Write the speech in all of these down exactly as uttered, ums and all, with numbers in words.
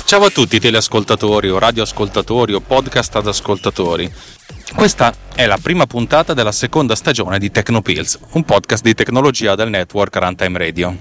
Ciao a tutti teleascoltatori o radioascoltatori o podcast ad ascoltatori. Questa è la prima puntata della seconda stagione di Tecnopills, un podcast di tecnologia del network Runtime Radio.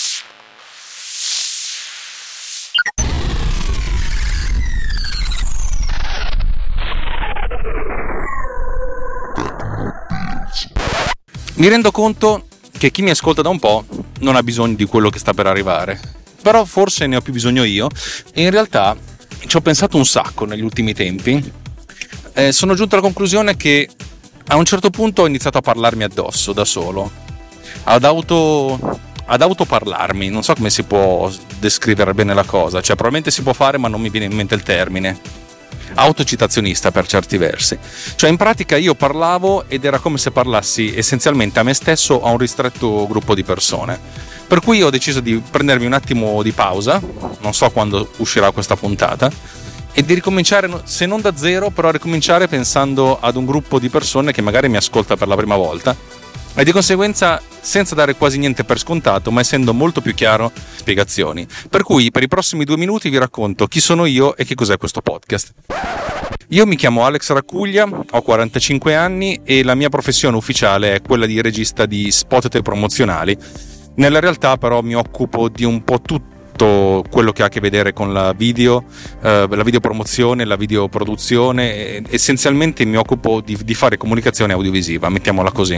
Mi rendo conto che chi mi ascolta da un po' non ha bisogno di quello che sta per arrivare, però forse ne ho più bisogno io e in realtà ci ho pensato un sacco negli ultimi tempi. Eh, sono giunto alla conclusione che a un certo punto ho iniziato a parlarmi addosso da solo, ad auto ad autoparlarmi, non so come si può descrivere bene la cosa, cioè probabilmente si può fare ma non mi viene in mente il termine. Autocitazionista per certi versi, cioè in pratica io parlavo ed era come se parlassi essenzialmente a me stesso o a un ristretto gruppo di persone, per cui ho deciso di prendermi un attimo di pausa, non so quando uscirà questa puntata, e di ricominciare, se non da zero, però ricominciare pensando ad un gruppo di persone che magari mi ascolta per la prima volta e di conseguenza senza dare quasi niente per scontato, ma essendo molto più chiaro spiegazioni. Per cui per i prossimi due minuti vi racconto chi sono io e che cos'è questo podcast. Io mi chiamo Alex Raccuglia, ho quarantacinque anni e la mia professione ufficiale è quella di regista di spot promozionali. Nella realtà però mi occupo di un po' tutto quello che ha a che vedere con la video, eh, la videopromozione, la videoproduzione. Essenzialmente mi occupo di, di fare comunicazione audiovisiva, mettiamola così.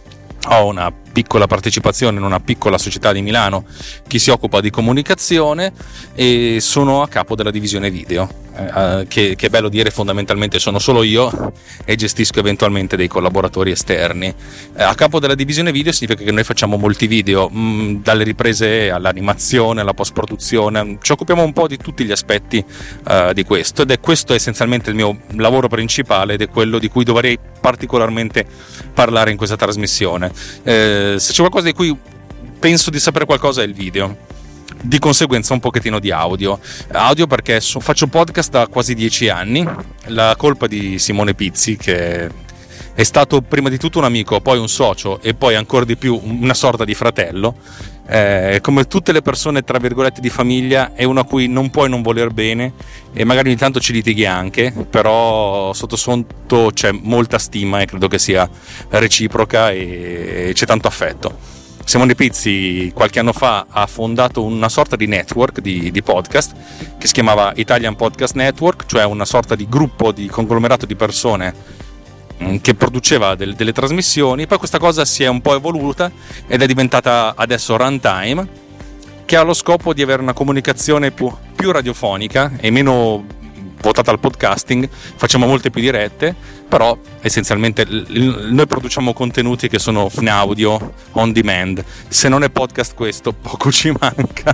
Ho una piccola partecipazione in una piccola società di Milano che si occupa di comunicazione e sono a capo della divisione video, eh, che, che è bello dire, fondamentalmente sono solo io e gestisco eventualmente dei collaboratori esterni. Eh, a capo della divisione video significa che noi facciamo molti video, mh, dalle riprese all'animazione, alla post-produzione, ci occupiamo un po' di tutti gli aspetti eh, di questo, ed è questo essenzialmente il mio lavoro principale ed è quello di cui dovrei particolarmente parlare in questa trasmissione. Eh, se c'è qualcosa di cui penso di sapere qualcosa è il video, di conseguenza un pochettino di audio audio perché so, faccio podcast da quasi dieci anni, la colpa di Simone Pizzi, che è stato prima di tutto un amico, poi un socio e poi ancora di più una sorta di fratello. Eh, come tutte le persone tra virgolette di famiglia è uno a cui non puoi non voler bene e magari ogni tanto ci litighi anche, però sotto sotto c'è molta stima e credo che sia reciproca e c'è tanto affetto. Simone Pizzi qualche anno fa ha fondato una sorta di network di, di podcast che si chiamava Italian Podcast Network, cioè una sorta di gruppo, di conglomerato di persone che produceva del, delle trasmissioni. Poi questa cosa si è un po' evoluta ed è diventata adesso Runtime, che ha lo scopo di avere una comunicazione più, più radiofonica e meno votata al podcasting. Facciamo molte più dirette, però essenzialmente noi produciamo contenuti che sono in audio on demand. Se non è podcast questo poco ci manca.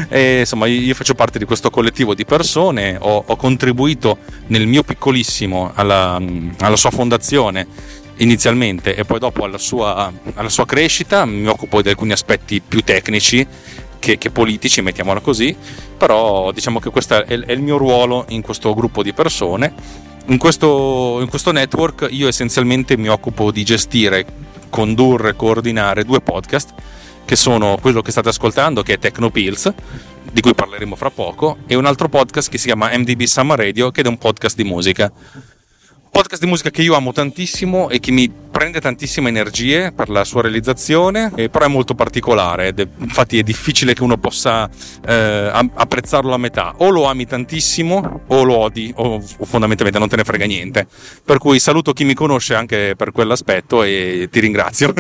E insomma io faccio parte di questo collettivo di persone, ho, ho contribuito nel mio piccolissimo alla, alla sua fondazione inizialmente e poi dopo alla sua, alla sua crescita. Mi occupo di alcuni aspetti più tecnici Che, che politici, mettiamola così, però diciamo che questo è, è il mio ruolo in questo gruppo di persone. In questo, in questo network io essenzialmente mi occupo di gestire, condurre, coordinare due podcast, che sono quello che state ascoltando, che è Tecnopills, di cui parleremo fra poco, e un altro podcast che si chiama M D B Summer Radio, che è un podcast di musica. Podcast di musica che io amo tantissimo e che mi prende tantissime energie per la sua realizzazione, e però è molto particolare ed è, infatti è difficile che uno possa eh, apprezzarlo a metà. O lo ami tantissimo o lo odi, o, o fondamentalmente non te ne frega niente. Per cui saluto chi mi conosce anche per quell'aspetto e ti ringrazio.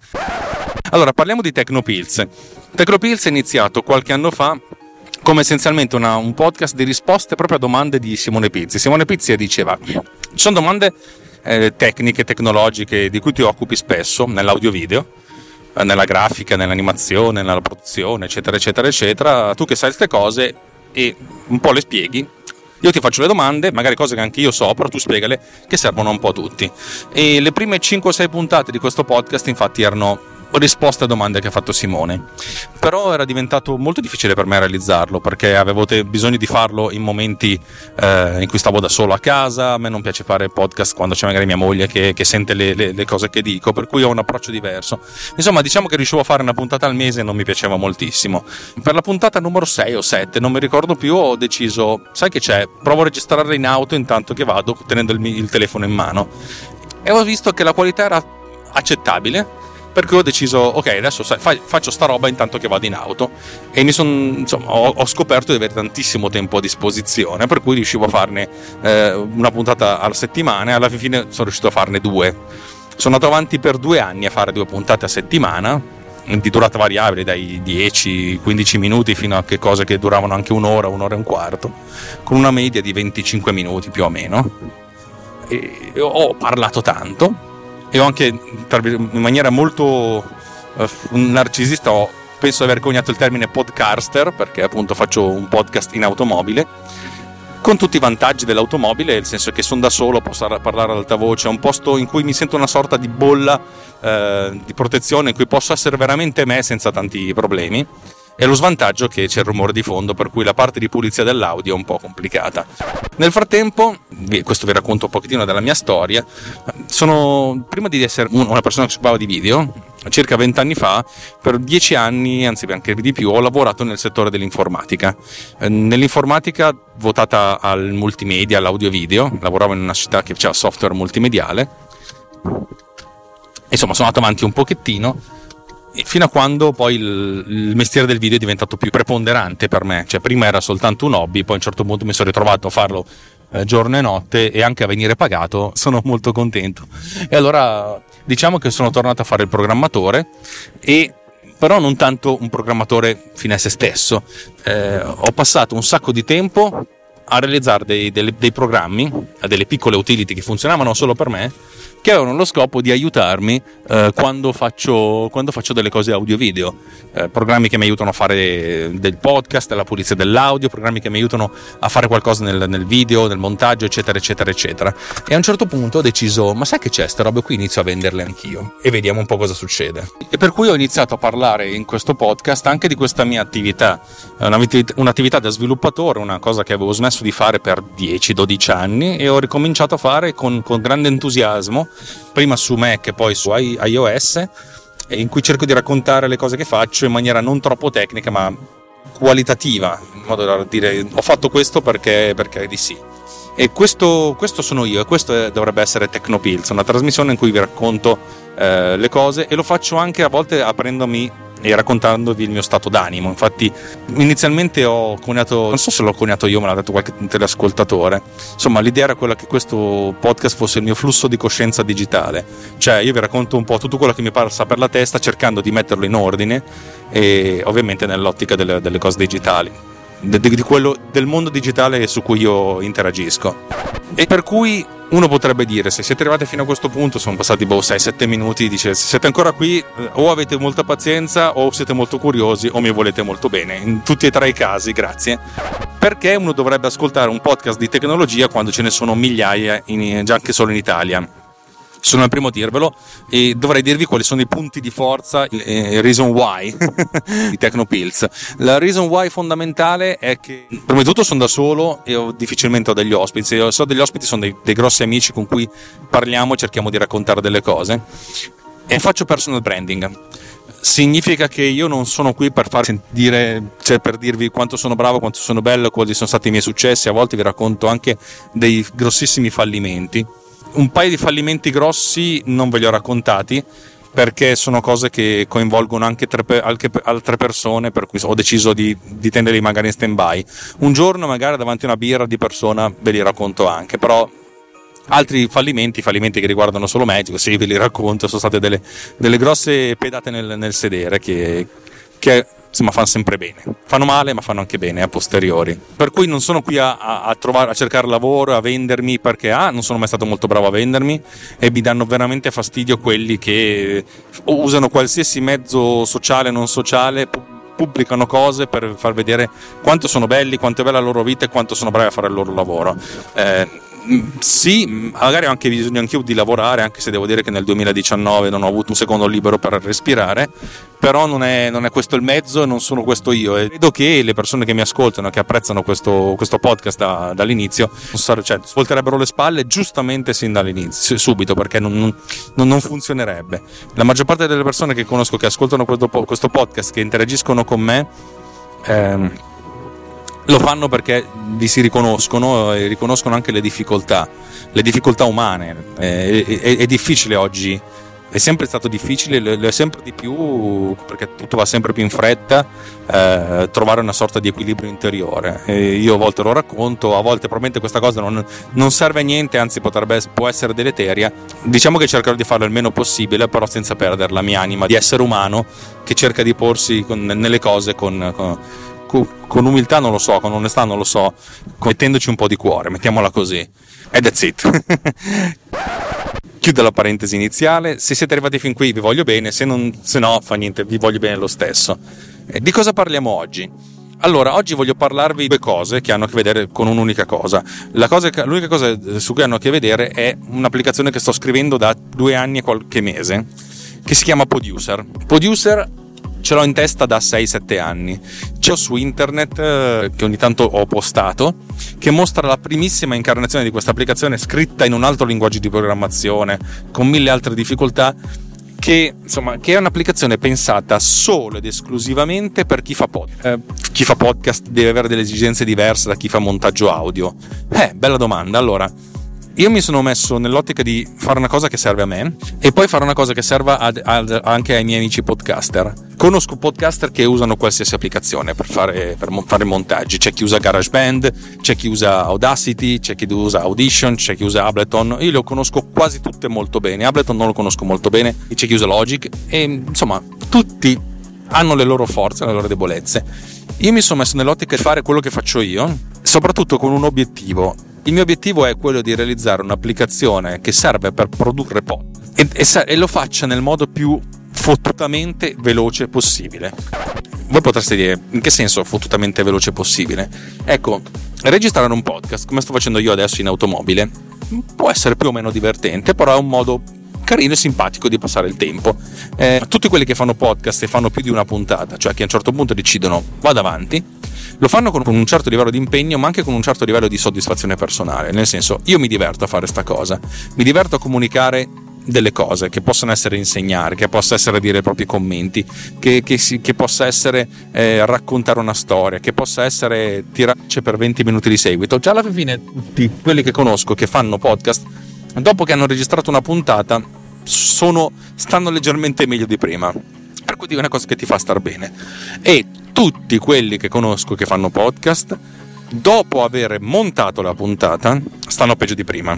Allora, parliamo di Tecnopills. Tecnopills è iniziato qualche anno fa come essenzialmente una, un podcast di risposte proprio a domande di Simone Pizzi. Simone Pizzi diceva: ci sono domande eh, tecniche, tecnologiche di cui ti occupi spesso nell'audio video, eh, nella grafica, nell'animazione, nella produzione, eccetera, eccetera, eccetera. Tu che sai queste cose e un po' le spieghi, io ti faccio le domande, magari cose che anche io so, però tu spiegale, che servono un po' a tutti. E le prime cinque o sei puntate di questo podcast infatti erano risposte a domande che ha fatto Simone. Però era diventato molto difficile per me realizzarlo, perché avevo te- bisogno di farlo in momenti eh, in cui stavo da solo a casa. A me non piace fare podcast quando c'è magari mia moglie che, che sente le, le, le cose che dico, per cui ho un approccio diverso. Insomma, diciamo che riuscivo a fare una puntata al mese e non mi piaceva moltissimo. Per la puntata numero sei o sette, non mi ricordo più, ho deciso, sai che c'è, provo a registrare in auto intanto che vado, tenendo il, il telefono in mano, e ho visto che la qualità era accettabile, per cui ho deciso, ok, adesso faccio sta roba intanto che vado in auto, e mi son, insomma, ho, ho scoperto di avere tantissimo tempo a disposizione, per cui riuscivo a farne eh, una puntata alla settimana, e alla fine sono riuscito a farne due. Sono andato avanti per due anni a fare due puntate a settimana, di durata variabile, dai dieci quindici minuti fino a che cose che duravano anche un'ora, un'ora e un quarto, con una media di venticinque minuti più o meno. E ho parlato tanto, e ho anche, in maniera molto uh, narcisista, ho, penso di aver coniato il termine podcaster, perché appunto faccio un podcast in automobile, con tutti i vantaggi dell'automobile, nel senso che sono da solo, posso parlare ad alta voce, è un posto in cui mi sento una sorta di bolla eh, di protezione, in cui posso essere veramente me senza tanti problemi. E lo svantaggio che c'è il rumore di fondo, per cui la parte di pulizia dell'audio è un po' complicata. Nel frattempo, questo vi racconto un pochettino della mia storia, sono, prima di essere una persona che si occupava di video, circa vent'anni fa, per dieci anni, anzi anche di più, ho lavorato nel settore dell'informatica. Nell'informatica votata al multimedia, all'audio video, lavoravo in una società che faceva software multimediale. Insomma, sono andato avanti un pochettino, fino a quando poi il, il mestiere del video è diventato più preponderante per me. Cioè, prima era soltanto un hobby, poi a un certo punto mi sono ritrovato a farlo eh, giorno e notte, e anche a venire pagato. Sono molto contento, e allora diciamo che sono tornato a fare il programmatore, e però non tanto un programmatore fine a se stesso. Eh, ho passato un sacco di tempo a realizzare dei, dei, dei programmi, delle piccole utility che funzionavano solo per me, che avevano lo scopo di aiutarmi eh, quando faccio quando faccio delle cose audio video, eh, programmi che mi aiutano a fare del podcast, la pulizia dell'audio, programmi che mi aiutano a fare qualcosa nel, nel video, nel montaggio, eccetera eccetera eccetera. E a un certo punto ho deciso, ma sai che c'è, ste robe qui, inizio a venderle anch'io e vediamo un po' cosa succede. E per cui ho iniziato a parlare in questo podcast anche di questa mia attività, un'attività da sviluppatore, una cosa che avevo smesso di fare per dieci dodici anni, e ho ricominciato a fare con, con grande entusiasmo, prima su Mac e poi su iOS, in cui cerco di raccontare le cose che faccio in maniera non troppo tecnica ma qualitativa, in modo da dire ho fatto questo perché, perché di sì. E questo, questo sono io, e questo dovrebbe essere Tecnopills, una trasmissione in cui vi racconto eh, le cose, e lo faccio anche a volte aprendomi e raccontandovi il mio stato d'animo. Infatti inizialmente ho coniato, non so se l'ho coniato io, me l'ha detto qualche teleascoltatore, insomma l'idea era quella che questo podcast fosse il mio flusso di coscienza digitale, cioè io vi racconto un po' tutto quello che mi passa per la testa, cercando di metterlo in ordine, e ovviamente nell'ottica delle, delle cose digitali, di, di quello del mondo digitale su cui io interagisco. E per cui uno potrebbe dire, se siete arrivati fino a questo punto, sono passati boh sei sette minuti, dice, se siete ancora qui o avete molta pazienza, o siete molto curiosi, o mi volete molto bene. In tutti e tre i casi, grazie. Perché uno dovrebbe ascoltare un podcast di tecnologia quando ce ne sono migliaia, in, già anche solo in Italia? Sono il primo a dirvelo, e dovrei dirvi quali sono i punti di forza, il reason why di Tecnopills. La reason why fondamentale è che prima di tutto sono da solo e ho, difficilmente ho degli ospiti. Se ho degli ospiti sono dei, dei grossi amici con cui parliamo e cerchiamo di raccontare delle cose, e faccio personal branding. Significa che io non sono qui per far sentire, cioè per dirvi quanto sono bravo, quanto sono bello, quali sono stati i miei successi. A volte vi racconto anche dei grossissimi fallimenti. Un paio di fallimenti grossi non ve li ho raccontati, perché sono cose che coinvolgono anche, tre, anche altre persone, per cui ho deciso di, di tenerli magari in stand by. Un giorno magari davanti a una birra di persona ve li racconto anche, però altri fallimenti, fallimenti che riguardano solo me, sì, ve li racconto, sono state delle, delle grosse pedate nel, nel sedere che, che insomma fanno sempre bene, fanno male ma fanno anche bene a posteriori, per cui non sono qui a, a, a trovare, a cercare lavoro, a vendermi, perché ah, non sono mai stato molto bravo a vendermi, e mi danno veramente fastidio quelli che usano qualsiasi mezzo sociale o non sociale, pubblicano cose per far vedere quanto sono belli, quanto è bella la loro vita e quanto sono bravi a fare il loro lavoro. Eh, Sì, magari ho anche bisogno anch'io di lavorare, anche se devo dire che nel duemiladiciannove non ho avuto un secondo libero per respirare, però non è, non è questo il mezzo e non sono questo io, e credo che le persone che mi ascoltano, che apprezzano questo, questo podcast da, dall'inizio, cioè, svolterebbero le spalle giustamente sin dall'inizio, subito, perché non, non, non funzionerebbe. La maggior parte delle persone che conosco che ascoltano questo, questo podcast, che interagiscono con me, ehm, lo fanno perché vi si riconoscono e riconoscono anche le difficoltà, le difficoltà umane. È, è, è difficile oggi, è sempre stato difficile, lo è sempre di più, perché tutto va sempre più in fretta, eh, trovare una sorta di equilibrio interiore. E io a volte lo racconto, a volte probabilmente questa cosa non, non serve a niente, anzi potrebbe, può essere deleteria. Diciamo che cercherò di farlo il meno possibile, però senza perdere la mia anima di essere umano che cerca di porsi con, nelle cose con, con con umiltà, non lo so, con onestà non lo so, mettendoci un po' di cuore, mettiamola così, e that's it. Chiudo la parentesi iniziale. Se siete arrivati fin qui vi voglio bene, se, non, se no fa niente, vi voglio bene lo stesso. E di cosa parliamo oggi? Allora, oggi voglio parlarvi di due cose che hanno a che vedere con un'unica cosa. La cosa che, l'unica cosa su cui hanno a che vedere è un'applicazione che sto scrivendo da due anni e qualche mese, che si chiama Poduser. Poduser ce l'ho in testa da sei sette anni. C'ho su internet, eh, che ogni tanto ho postato, che mostra la primissima incarnazione di questa applicazione, scritta in un altro linguaggio di programmazione, con mille altre difficoltà, che insomma che è un'applicazione pensata solo ed esclusivamente per chi fa podcast. Eh, chi fa podcast deve avere delle esigenze diverse da chi fa montaggio audio. Eh, bella domanda. Allora, io mi sono messo nell'ottica di fare una cosa che serve a me e poi fare una cosa che serva ad, ad, anche ai miei amici podcaster. Conosco podcaster che usano qualsiasi applicazione per fare, per fare montaggi. C'è chi usa GarageBand, c'è chi usa Audacity, c'è chi usa Audition, c'è chi usa Ableton. Io le conosco quasi tutte molto bene. Ableton non lo conosco molto bene, e c'è chi usa Logic, e insomma tutti hanno le loro forze e le loro debolezze. Io mi sono messo nell'ottica di fare quello che faccio io, soprattutto con un obiettivo. Il mio obiettivo è quello di realizzare un'applicazione che serve per produrre podcast e, e, e lo faccia nel modo più fottutamente veloce possibile. Voi potreste dire, in che senso fottutamente veloce possibile? Ecco, registrare un podcast, come sto facendo io adesso in automobile, può essere più o meno divertente, però è un modo carino e simpatico di passare il tempo. Eh, tutti quelli che fanno podcast e fanno più di una puntata, cioè che a un certo punto decidono vado avanti, lo fanno con un certo livello di impegno, ma anche con un certo livello di soddisfazione personale. Nel senso, io mi diverto a fare sta cosa, mi diverto a comunicare delle cose che possono essere insegnare, che possa essere dire i propri commenti, che, che, si, che possa essere eh, raccontare una storia, che possa essere tirarci per venti minuti di seguito. Già alla fine tutti quelli che conosco che fanno podcast, dopo che hanno registrato una puntata, sono, stanno leggermente meglio di prima, per cui è una cosa che ti fa star bene. E tutti quelli che conosco che fanno podcast, dopo aver montato la puntata, stanno peggio di prima.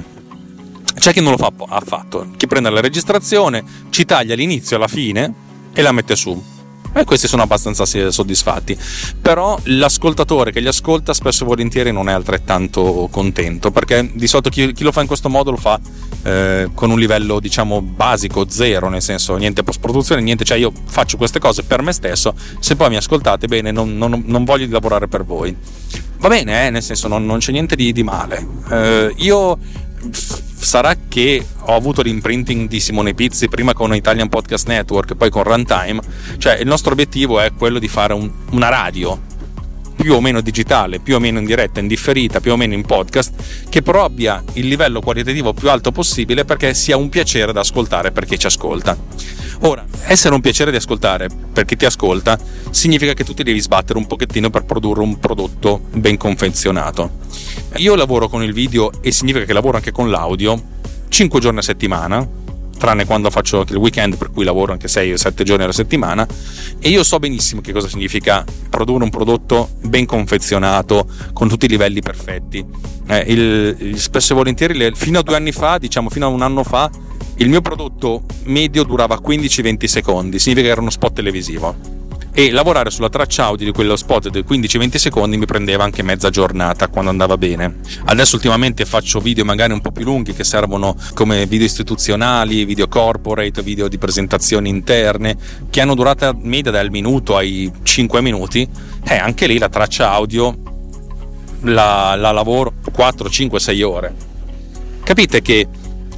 C'è chi non lo fa affatto, chi prende la registrazione, ci taglia l'inizio alla fine e la mette su. E questi sono abbastanza soddisfatti. Però l'ascoltatore che li ascolta spesso e volentieri non è altrettanto contento, perché di solito chi, chi lo fa in questo modo lo fa eh, con un livello diciamo basico, zero, nel senso niente post produzione, niente, cioè io faccio queste cose per me stesso, se poi mi ascoltate bene non, non, non voglio lavorare per voi, va bene, eh, nel senso non, non c'è niente di, di male. eh, io sarà che ho avuto l'imprinting di Simone Pizzi, prima con Italian Podcast Network, poi con Runtime. Cioè il nostro obiettivo è quello di fare un, una radio più o meno digitale, più o meno in diretta, in differita, più o meno in podcast, che però abbia il livello qualitativo più alto possibile, perché sia un piacere da ascoltare per chi ci ascolta. Ora, essere un piacere di ascoltare per chi ti ascolta significa che tu ti devi sbattere un pochettino per produrre un prodotto ben confezionato. Io lavoro con il video e significa che lavoro anche con l'audio cinque giorni a settimana, tranne quando faccio il weekend, per cui lavoro anche sei o sette giorni alla settimana, e io so benissimo che cosa significa produrre un prodotto ben confezionato con tutti i livelli perfetti. Eh, il, il, spesso e volentieri, fino a due anni fa, diciamo fino a un anno fa, il mio prodotto medio durava quindici venti secondi, significa che era uno spot televisivo, e lavorare sulla traccia audio di quello spot dei quindici venti secondi mi prendeva anche mezza giornata quando andava bene. Adesso ultimamente faccio video magari un po' più lunghi, che servono come video istituzionali, video corporate, video di presentazioni interne, che hanno durata media dal minuto ai cinque minuti. Eh, anche lì la traccia audio la, la lavoro quattro, cinque, sei ore. Capite che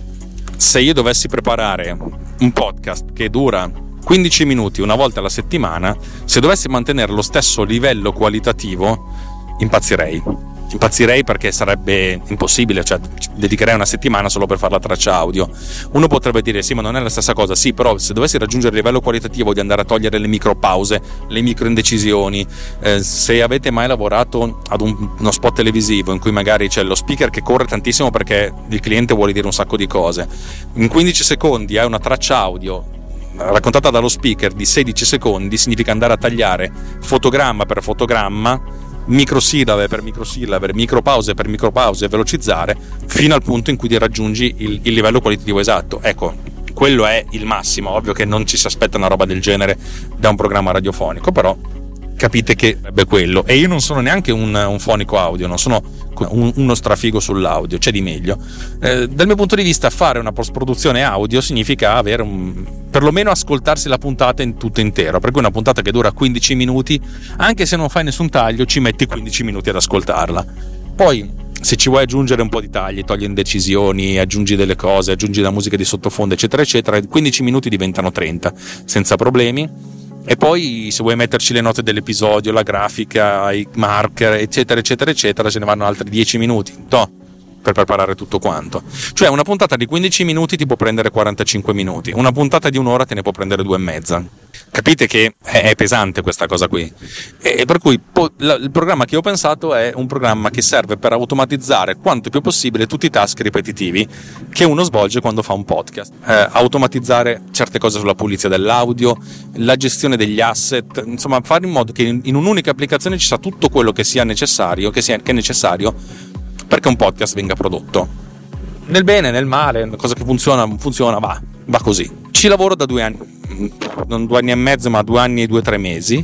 se io dovessi preparare un podcast che dura quindici minuti una volta alla settimana, se dovessi mantenere lo stesso livello qualitativo, impazzirei. Impazzirei perché sarebbe impossibile, cioè dedicherei una settimana solo per fare la traccia audio. Uno potrebbe dire sì, ma non è la stessa cosa. Sì, però se dovessi raggiungere il livello qualitativo di andare a togliere le micro pause, le micro indecisioni, eh, se avete mai lavorato ad un, uno spot televisivo in cui magari c'è lo speaker che corre tantissimo perché il cliente vuole dire un sacco di cose, in quindici secondi hai una traccia audio raccontata dallo speaker di sedici secondi, significa andare a tagliare fotogramma per fotogramma, microsillabe per microsillabe, micropause per micropause e velocizzare fino al punto in cui ti raggiungi il, il livello qualitativo esatto. Ecco, quello è il massimo. Ovvio che non ci si aspetta una roba del genere da un programma radiofonico, però capite che è quello. E io non sono neanche un, un fonico audio, non sono un, uno strafigo sull'audio, c'è di meglio. Eh, dal mio punto di vista, fare una post-produzione audio significa avere un, perlomeno ascoltarsi la puntata in tutto intero, per cui una puntata che dura quindici minuti, anche se non fai nessun taglio, ci metti quindici minuti ad ascoltarla. Poi se ci vuoi aggiungere un po' di tagli, togli indecisioni, aggiungi delle cose, aggiungi la musica di sottofondo eccetera eccetera, quindici minuti diventano trenta senza problemi. E poi se vuoi metterci le note dell'episodio, la grafica, i marker eccetera eccetera eccetera, ce ne vanno altri dieci minuti no, per preparare tutto quanto. Cioè una puntata di quindici minuti ti può prendere quarantacinque minuti, una puntata di un'ora te ne può prendere due e mezza. Capite che è pesante questa cosa qui, e per cui il programma che ho pensato è un programma che serve per automatizzare quanto più possibile tutti i task ripetitivi che uno svolge quando fa un podcast. Eh, automatizzare certe cose sulla pulizia dell'audio, la gestione degli asset, insomma fare in modo che in un'unica applicazione ci sia tutto quello che sia necessario, che sia che è necessario perché un podcast venga prodotto. Nel bene, nel male, una cosa che funziona, funziona, va, va così. Ci lavoro da due anni, non due anni e mezzo, ma due anni e due o tre mesi.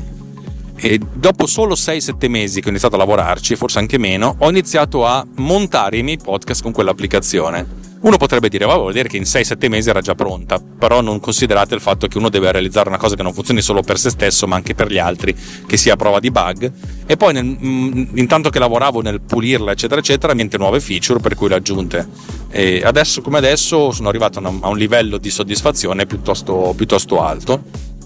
E dopo solo sei sette mesi che ho iniziato a lavorarci, forse anche meno, ho iniziato a montare i miei podcast con quell'applicazione. Uno potrebbe dire, va, vuol dire che in sei sette mesi era già pronta, però non considerate il fatto che uno deve realizzare una cosa che non funzioni solo per se stesso, ma anche per gli altri, che sia a prova di bug. E poi, nel, mh, intanto che lavoravo nel pulirla, eccetera, eccetera, niente nuove feature, per cui le ho aggiunte. E adesso, come adesso, sono arrivato a, una, a un livello di soddisfazione piuttosto, piuttosto alto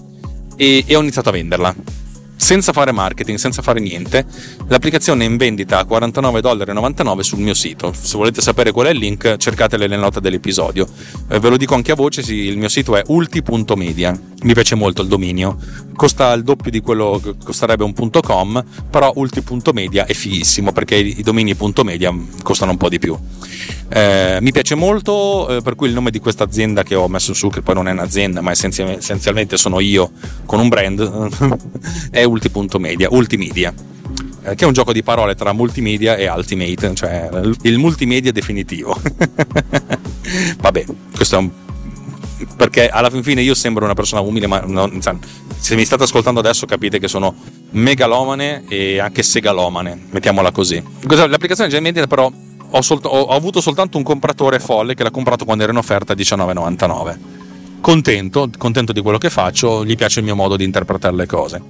e, e ho iniziato a venderla. Senza fare marketing, senza fare niente. L'applicazione è in vendita a quarantanove virgola novantanove dollari sul mio sito. Se volete sapere qual è il link, cercatele nelle note dell'episodio. Eh, ve lo dico anche a voce, sì, il mio sito è ulti punto media. Mi piace molto il dominio. Costa il doppio di quello che costerebbe un .com, però ulti punto media è fighissimo perché i domini .media costano un po' di più. Eh, mi piace molto, eh, per cui il nome di questa azienda che ho messo su, che poi non è un'azienda ma essenzialmente sono io con un brand, è ulti punto media, Ultimedia, eh, che è un gioco di parole tra multimedia e ultimate, cioè il multimedia definitivo. Vabbè, questo è un perché alla fin fine io sembro una persona umile, ma non, se mi state ascoltando adesso capite che sono megalomane e anche segalomane, mettiamola così. L'applicazione Gmail però ho, solt- ho avuto soltanto un compratore folle che l'ha comprato quando era in offerta a diciannove virgola novantanove. Contento, contento di quello che faccio, gli piace il mio modo di interpretare le cose.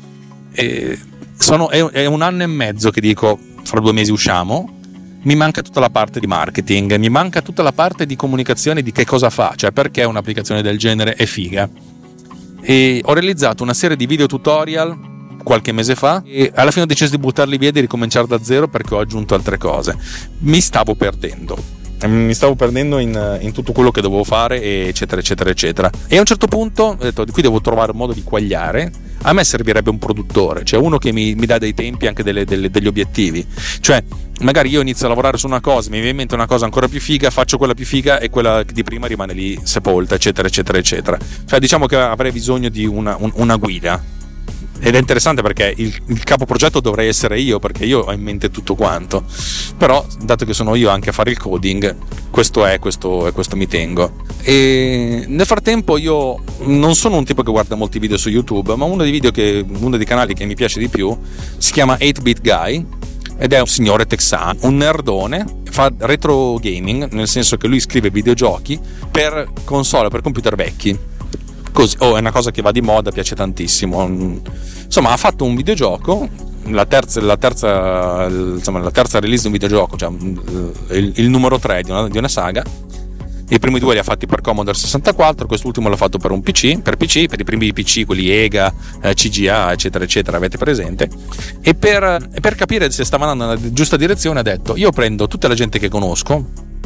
E sono, è, è un anno e mezzo che dico fra due mesi usciamo. Mi manca tutta la parte di marketing, mi manca tutta la parte di comunicazione di che cosa fa, cioè perché un'applicazione del genere è figa. E ho realizzato una serie di video tutorial qualche mese fa e alla fine ho deciso di buttarli via e di ricominciare da zero perché ho aggiunto altre cose. Mi stavo perdendo. Mi stavo perdendo in, in tutto quello che dovevo fare, eccetera, eccetera, eccetera. E a un certo punto ho detto: qui devo trovare un modo di quagliare. A me servirebbe un produttore, cioè uno che mi, mi dà dei tempi, anche delle, delle, degli obiettivi. Cioè, magari io inizio a lavorare su una cosa, mi viene in mente una cosa ancora più figa, faccio quella più figa e quella di prima rimane lì sepolta, eccetera, eccetera, eccetera. Cioè, diciamo che avrei bisogno di una, un, una guida. Ed è interessante perché il, il capo progetto dovrei essere io, perché io ho in mente tutto quanto, però dato che sono io anche a fare il coding, questo è, questo e questo mi tengo. E nel frattempo io non sono un tipo che guarda molti video su YouTube, ma uno dei video che uno dei canali che mi piace di più si chiama eight bit guy ed è un signore texano, un nerdone, fa retro gaming, nel senso che lui scrive videogiochi per console, per computer vecchi. Così, oh, è una cosa che va di moda, piace tantissimo. Insomma, ha fatto un videogioco la terza, la terza, insomma, la terza release di un videogioco, cioè il, il numero tre di una, di una saga. I primi due li ha fatti per Commodore sessantaquattro, quest'ultimo l'ha fatto per un P C, per P C, per i primi P C, quelli E G A, eh, C G A, eccetera, eccetera, avete presente. E per, e per capire se stava andando nella giusta direzione ha detto: io prendo tutta la gente che conosco,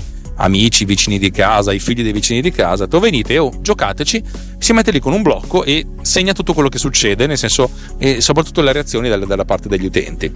amici, vicini di casa, i figli dei vicini di casa, dove venite, oh, giocateci, si mette lì con un blocco e segna tutto quello che succede, nel senso, e soprattutto le reazioni dalla, dalla parte degli utenti.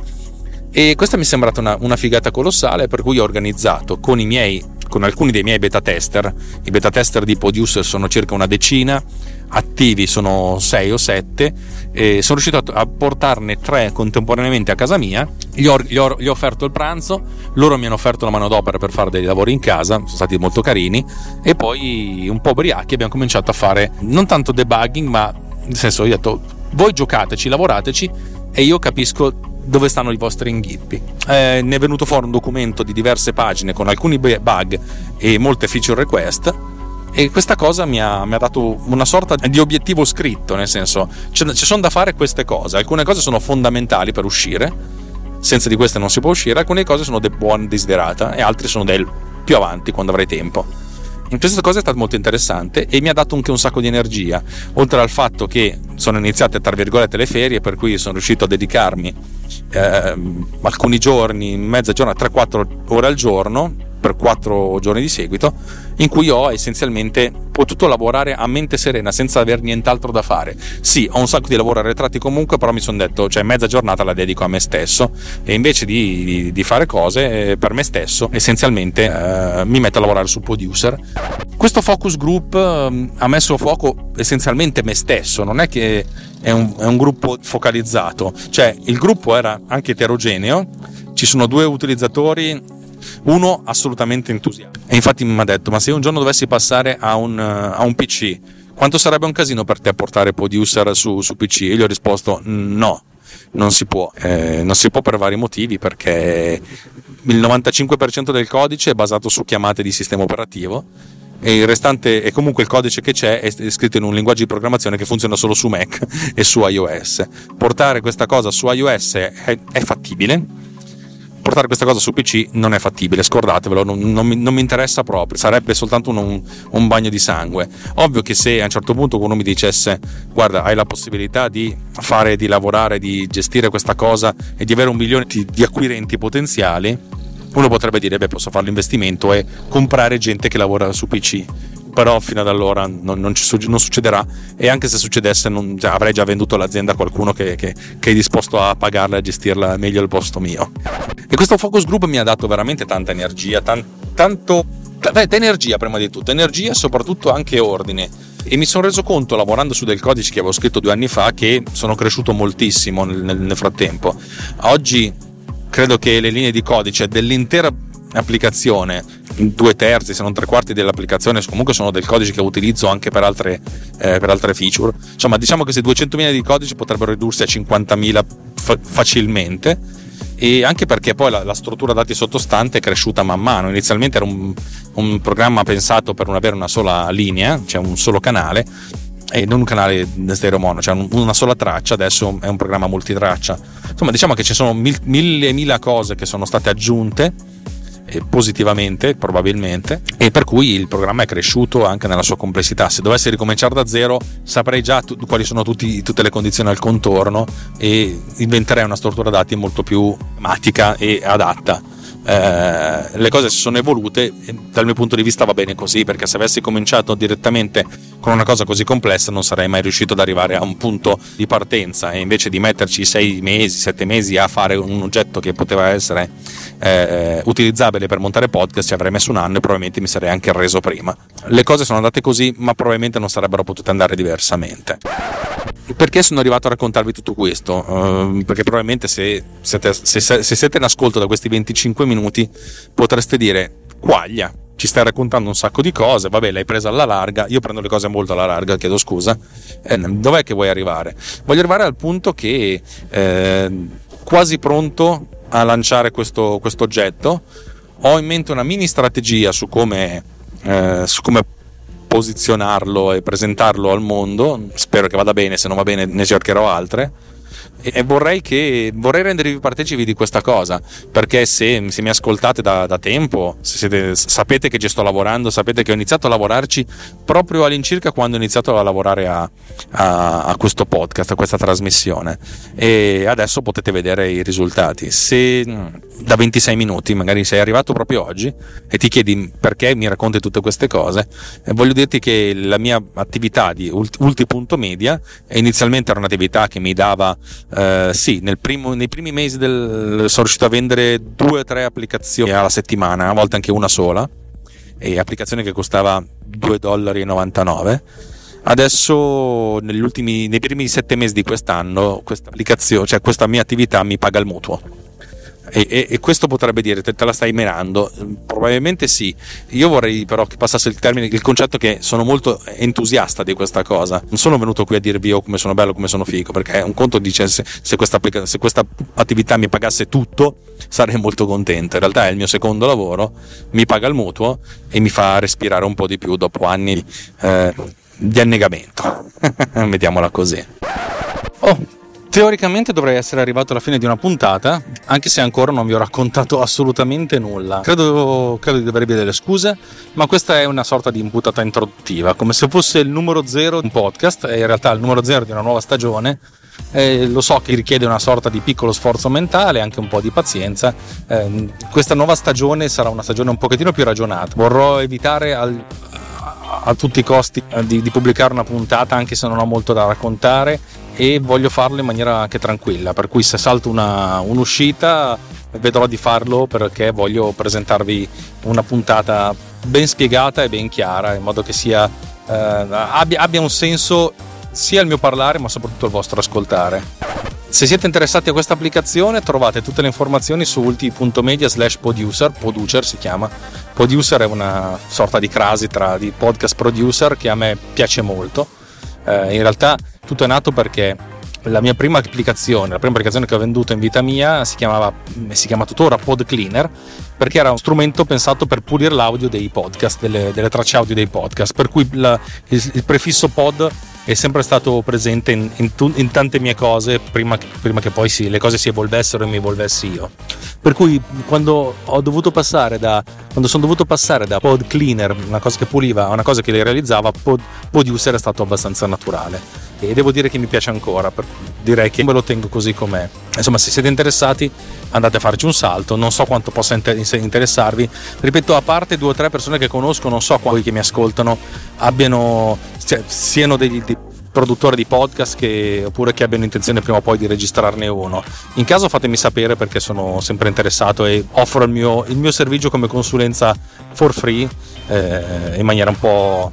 E questa mi è sembrata una, una figata colossale, per cui ho organizzato con i miei, con alcuni dei miei beta tester, i beta tester di Poduser sono circa una decina, attivi sono sei o sette, e sono riuscito a portarne tre contemporaneamente a casa mia. Gli ho, gli, ho, gli ho offerto il pranzo, loro mi hanno offerto la manodopera per fare dei lavori in casa, sono stati molto carini, e poi un po' ubriachi abbiamo cominciato a fare non tanto debugging, ma nel senso, io ho detto: voi giocateci, lavorateci e io capisco dove stanno i vostri inghippi. Eh, ne è venuto fuori un documento di diverse pagine con alcuni bug e molte feature request, e questa cosa mi ha, mi ha dato una sorta di obiettivo scritto, nel senso, ci sono da fare queste cose, alcune cose sono fondamentali per uscire, senza di queste non si può uscire, alcune cose sono del buon desiderata e altre sono del più avanti quando avrai tempo. In questa cosa è stato molto interessante e mi ha dato anche un sacco di energia, oltre al fatto che sono iniziate tra virgolette le ferie, per cui sono riuscito a dedicarmi eh, alcuni giorni, mezza giornata, tre quattro ore al giorno per quattro giorni di seguito, in cui ho essenzialmente potuto lavorare a mente serena senza aver nient'altro da fare. Sì, ho un sacco di lavoro arretrati comunque, però mi sono detto, cioè mezza giornata la dedico a me stesso, e invece di, di, di fare cose eh, per me stesso, essenzialmente eh, mi metto a lavorare su Poduser. Questo focus group eh, ha messo a fuoco essenzialmente me stesso, non è che è un, è un gruppo focalizzato, cioè il gruppo era anche eterogeneo, ci sono due utilizzatori, uno assolutamente entusiasta, e infatti mi ha detto: ma se un giorno dovessi passare a un, a un P C, quanto sarebbe un casino per te portare Poduser su, su P C? E gli ho risposto: no, non si può, eh, non si può per vari motivi, perché il novantacinque per cento del codice è basato su chiamate di sistema operativo e il restante, e comunque il codice che c'è è scritto in un linguaggio di programmazione che funziona solo su Mac e su iOS. Portare questa cosa su iOS è, è fattibile, portare questa cosa su P C non è fattibile, scordatevelo, non, non, mi, non mi interessa proprio, sarebbe soltanto un, un bagno di sangue. Ovvio che se a un certo punto uno mi dicesse: guarda, hai la possibilità di fare, di lavorare, di gestire questa cosa e di avere un milione di, di acquirenti potenziali, uno potrebbe dire: beh, posso fare l'investimento e comprare gente che lavora su P C. Però fino ad allora non, non, ci, non succederà, e anche se succedesse non, cioè, avrei già venduto l'azienda a qualcuno che, che, che è disposto a pagarla e a gestirla meglio al posto mio. E questo focus group mi ha dato veramente tanta energia, tan, tanto beh, energia prima di tutto, energia e soprattutto anche ordine, e mi sono reso conto, lavorando su del codice che avevo scritto due anni fa, che sono cresciuto moltissimo nel, nel, nel frattempo. Oggi credo che le linee di codice dell'intera applicazione, due terzi se non tre quarti dell'applicazione comunque sono del codice che utilizzo anche per altre, eh, per altre feature. Insomma, diciamo che se duecentomila di codice potrebbero ridursi a cinquantamila fa- facilmente, e anche perché poi la, la struttura dati sottostante è cresciuta man mano. Inizialmente era un, un programma pensato per non avere una sola linea, cioè un solo canale, e non un canale stereo mono, cioè una sola traccia. Adesso è un programma multitraccia. Insomma, diciamo che ci sono mil, mille e mille cose che sono state aggiunte positivamente probabilmente, e per cui il programma è cresciuto anche nella sua complessità. Se dovessi ricominciare da zero saprei già tu, quali sono tutti, tutte le condizioni al contorno, e inventerei una struttura dati molto più pragmatica e adatta. Eh, le cose si sono evolute e dal mio punto di vista va bene così, perché se avessi cominciato direttamente con una cosa così complessa non sarei mai riuscito ad arrivare a un punto di partenza, e invece di metterci sei mesi, sette mesi a fare un oggetto che poteva essere eh, utilizzabile per montare podcast, ci avrei messo un anno e probabilmente mi sarei anche reso prima. Le cose sono andate così, ma probabilmente non sarebbero potute andare diversamente. Perché sono arrivato a raccontarvi tutto questo? Uh, perché probabilmente se siete, se, se siete in ascolto da questi venticinque minuti potreste dire: quaglia, ci stai raccontando un sacco di cose, vabbè, l'hai presa alla larga. Io prendo le cose molto alla larga, chiedo scusa. Eh, dov'è che vuoi arrivare? Voglio arrivare al punto che eh, quasi pronto a lanciare questo, questo oggetto. Ho in mente una mini strategia su come, eh, su come posizionarlo e presentarlo al mondo. Spero che vada bene, se non va bene ne cercherò altre. e vorrei che vorrei rendervi partecipi di questa cosa, perché se, se mi ascoltate da, da tempo, se siete, sapete che ci sto lavorando, sapete che ho iniziato a lavorarci proprio all'incirca quando ho iniziato a lavorare a, a, a questo podcast, a questa trasmissione, e adesso potete vedere i risultati. Se da ventisei minuti magari sei arrivato proprio oggi e ti chiedi perché mi racconti tutte queste cose, eh, voglio dirti che la mia attività di ulti.media inizialmente era un'attività che mi dava Uh, sì, nel primo, nei primi mesi del, sono riuscito a vendere due o tre applicazioni alla settimana, a volte anche una sola, e applicazione che costava due virgola novantanove dollari. Adesso negli ultimi, nei primi sette mesi di quest'anno questa applicazione, cioè questa mia attività mi paga il mutuo. E, e, e questo potrebbe dire te, te la stai menando, probabilmente sì. Io vorrei però che passasse il termine, il concetto che sono molto entusiasta di questa cosa. Non sono venuto qui a dirvi oh come sono bello, come sono figo, perché un conto dice se, se, questa, se questa attività mi pagasse tutto sarei molto contento. In realtà è il mio secondo lavoro, mi paga il mutuo e mi fa respirare un po' di più dopo anni eh, di annegamento. Mettiamola così. Oh, teoricamente dovrei essere arrivato alla fine di una puntata, anche se ancora non vi ho raccontato assolutamente nulla. Credo, credo di dovervi delle scuse, ma questa è una sorta di puntata introduttiva, come se fosse il numero zero di un podcast, e in realtà il numero zero di una nuova stagione. Eh, lo so che richiede una sorta di piccolo sforzo mentale, anche un po' di pazienza. Eh, questa nuova stagione sarà una stagione un pochettino più ragionata. Vorrò evitare al, a, a tutti i costi di, di pubblicare una puntata, anche se non ho molto da raccontare, e voglio farlo in maniera anche tranquilla, per cui se salto una, un'uscita vedrò di farlo, perché voglio presentarvi una puntata ben spiegata e ben chiara, in modo che sia eh, abbia, abbia un senso sia il mio parlare ma soprattutto il vostro ascoltare. Se siete interessati a questa applicazione trovate tutte le informazioni su ulti.media slash producer, producer si chiama. Producer è una sorta di crasi tra di podcast producer che a me piace molto. Eh, in realtà tutto è nato perché la mia prima applicazione, la prima applicazione che ho venduto in vita mia si chiamava, si chiama tuttora Pod Cleaner, perché era un strumento pensato per pulire l'audio dei podcast, delle, delle tracce audio dei podcast, per cui la, il, il prefisso pod è sempre stato presente in, in, in tante mie cose prima che, prima che poi si, le cose si evolvessero e mi evolvessi io. Per cui quando ho dovuto passare da quando sono dovuto passare da Pod Cleaner, una cosa che puliva, a una cosa che le realizzava, pod, Producer è stato abbastanza naturale e devo dire che mi piace ancora, per, direi che me lo tengo così com'è. Insomma, se siete interessati andate a farci un salto, non so quanto possa interessarvi, ripeto, a parte due o tre persone che conosco, non so quanti che mi ascoltano abbiano, cioè, siano degli, dei produttori di podcast che, oppure che abbiano intenzione prima o poi di registrarne uno. In caso fatemi sapere, perché sono sempre interessato e offro il mio, il mio servizio come consulenza for free, eh, in maniera un po'...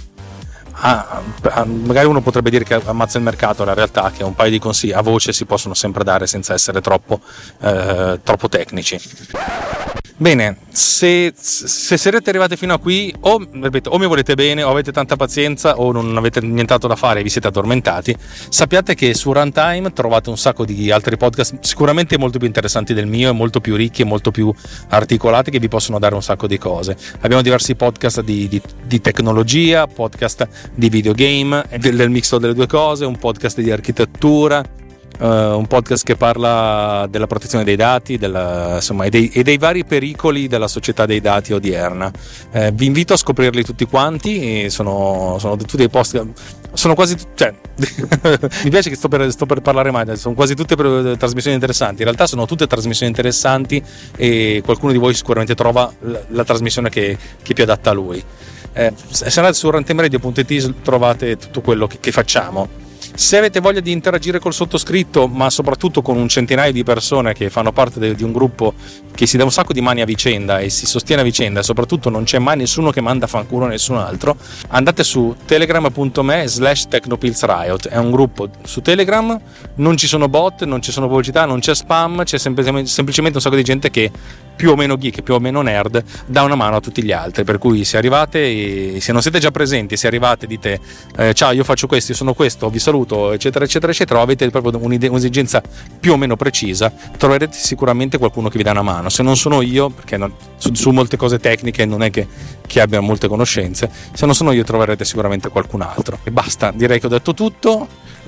Ah, magari uno potrebbe dire che ammazza il mercato, la realtà è che un paio di consigli a voce si possono sempre dare senza essere troppo, eh, troppo tecnici. Bene, se, se sarete arrivati fino a qui, o ripeto, o mi volete bene, o avete tanta pazienza, o non avete nient'altro da fare e vi siete addormentati, sappiate che su Runtime trovate un sacco di altri podcast sicuramente molto più interessanti del mio, e molto più ricchi e molto più articolati, che vi possono dare un sacco di cose. Abbiamo diversi podcast di, di, di tecnologia, podcast di videogame, del, del mix delle due cose, un podcast di architettura, Uh, un podcast che parla della protezione dei dati, della, insomma, e dei, e dei vari pericoli della società dei dati odierna. Uh, vi invito a scoprirli tutti quanti, e sono, sono tutti dei post, sono quasi, cioè, mi piace che sto per, sto per parlare male, sono quasi tutte per, trasmissioni interessanti. In realtà sono tutte trasmissioni interessanti e qualcuno di voi sicuramente trova la, la trasmissione che, che è più adatta a lui. Uh, se andate su runtimeradio punto it trovate tutto quello che, che facciamo. Se avete voglia di interagire col sottoscritto, ma soprattutto con un centinaio di persone che fanno parte de, di un gruppo che si dà un sacco di mani a vicenda e si sostiene a vicenda, e soprattutto non c'è mai nessuno che manda a fanculo a nessun altro, andate su telegram punto me slash technopillsriot. È un gruppo su Telegram, non ci sono bot, non ci sono pubblicità, non c'è spam, c'è semplicemente, semplicemente un sacco di gente che più o meno geek, più o meno nerd, dà una mano a tutti gli altri. Per cui se arrivate, e se non siete già presenti, se arrivate dite eh, ciao, io faccio questo, io sono questo, vi saluto, eccetera eccetera eccetera, o avete proprio un'esigenza più o meno precisa, troverete sicuramente qualcuno che vi dà una mano. Se non sono io, perché non, su, su molte cose tecniche non è che, che abbia molte conoscenze, se non sono io troverete sicuramente qualcun altro. E basta, direi che ho detto tutto.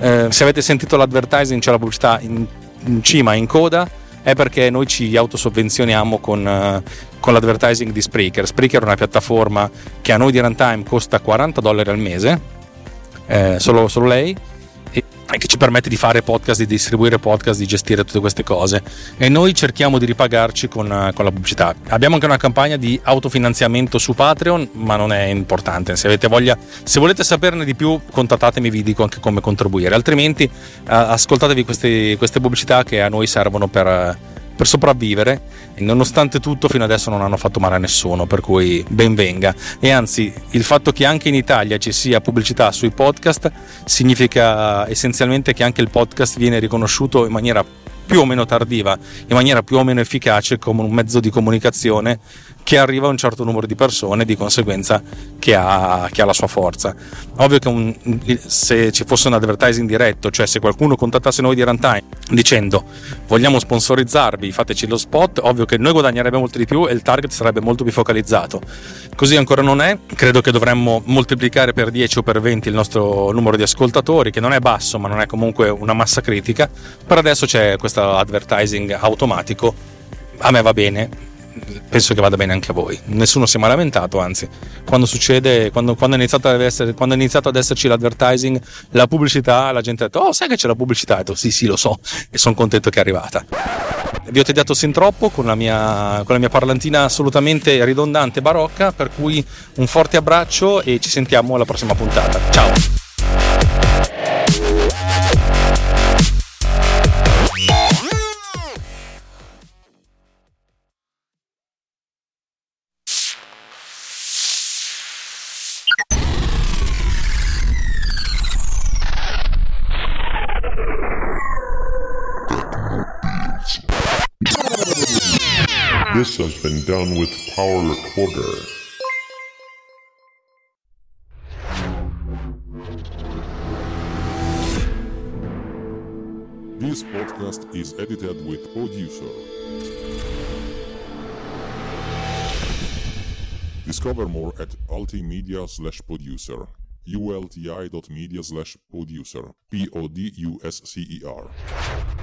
Eh, se avete sentito l'advertising, c'è la pubblicità in, in cima, in coda, è perché noi ci autosovvenzioniamo con, uh, con l'advertising di Spreaker. Spreaker è una piattaforma che a noi di Runtime costa quaranta dollari al mese, eh, solo, solo lei, e, e che ci permette di fare podcast, di distribuire podcast, di gestire tutte queste cose, e noi cerchiamo di ripagarci con, uh, con la pubblicità. Abbiamo anche una campagna di autofinanziamento su Patreon, ma non è importante. Se avete voglia, se volete saperne di più, contattatemi, vi dico anche come contribuire, altrimenti uh, ascoltatevi queste, queste pubblicità che a noi servono per, uh, per sopravvivere, e nonostante tutto fino adesso non hanno fatto male a nessuno, per cui ben venga. E anzi, il fatto che anche in Italia ci sia pubblicità sui podcast significa essenzialmente che anche il podcast viene riconosciuto in maniera più o meno tardiva, in maniera più o meno efficace, come un mezzo di comunicazione che arriva a un certo numero di persone, di conseguenza che ha, che ha la sua forza. Ovvio che un, se ci fosse un advertising diretto, cioè se qualcuno contattasse noi di Runtime dicendo vogliamo sponsorizzarvi, fateci lo spot, ovvio che noi guadagnerebbe molto di più e il target sarebbe molto più focalizzato. Così ancora non è. Credo che dovremmo moltiplicare per dieci o per venti il nostro numero di ascoltatori, che non è basso ma non è comunque una massa critica. Per adesso c'è questo advertising automatico, a me va bene, penso che vada bene anche a voi, nessuno si è mai lamentato, anzi quando succede, quando, quando, è iniziato ad essere, quando è iniziato ad esserci l'advertising, la pubblicità, la gente ha detto oh sai che c'è la pubblicità, ho detto sì sì lo so, e sono contento che è arrivata. Vi ho tediato sin troppo con la mia, con la mia parlantina assolutamente ridondante e barocca, per cui un forte abbraccio e ci sentiamo alla prossima puntata, ciao. This has been done with Power Recorder. This podcast is edited with Producer. Discover more at ultimedia slash producer. ulti dot media slash producer. P O D U S C E R.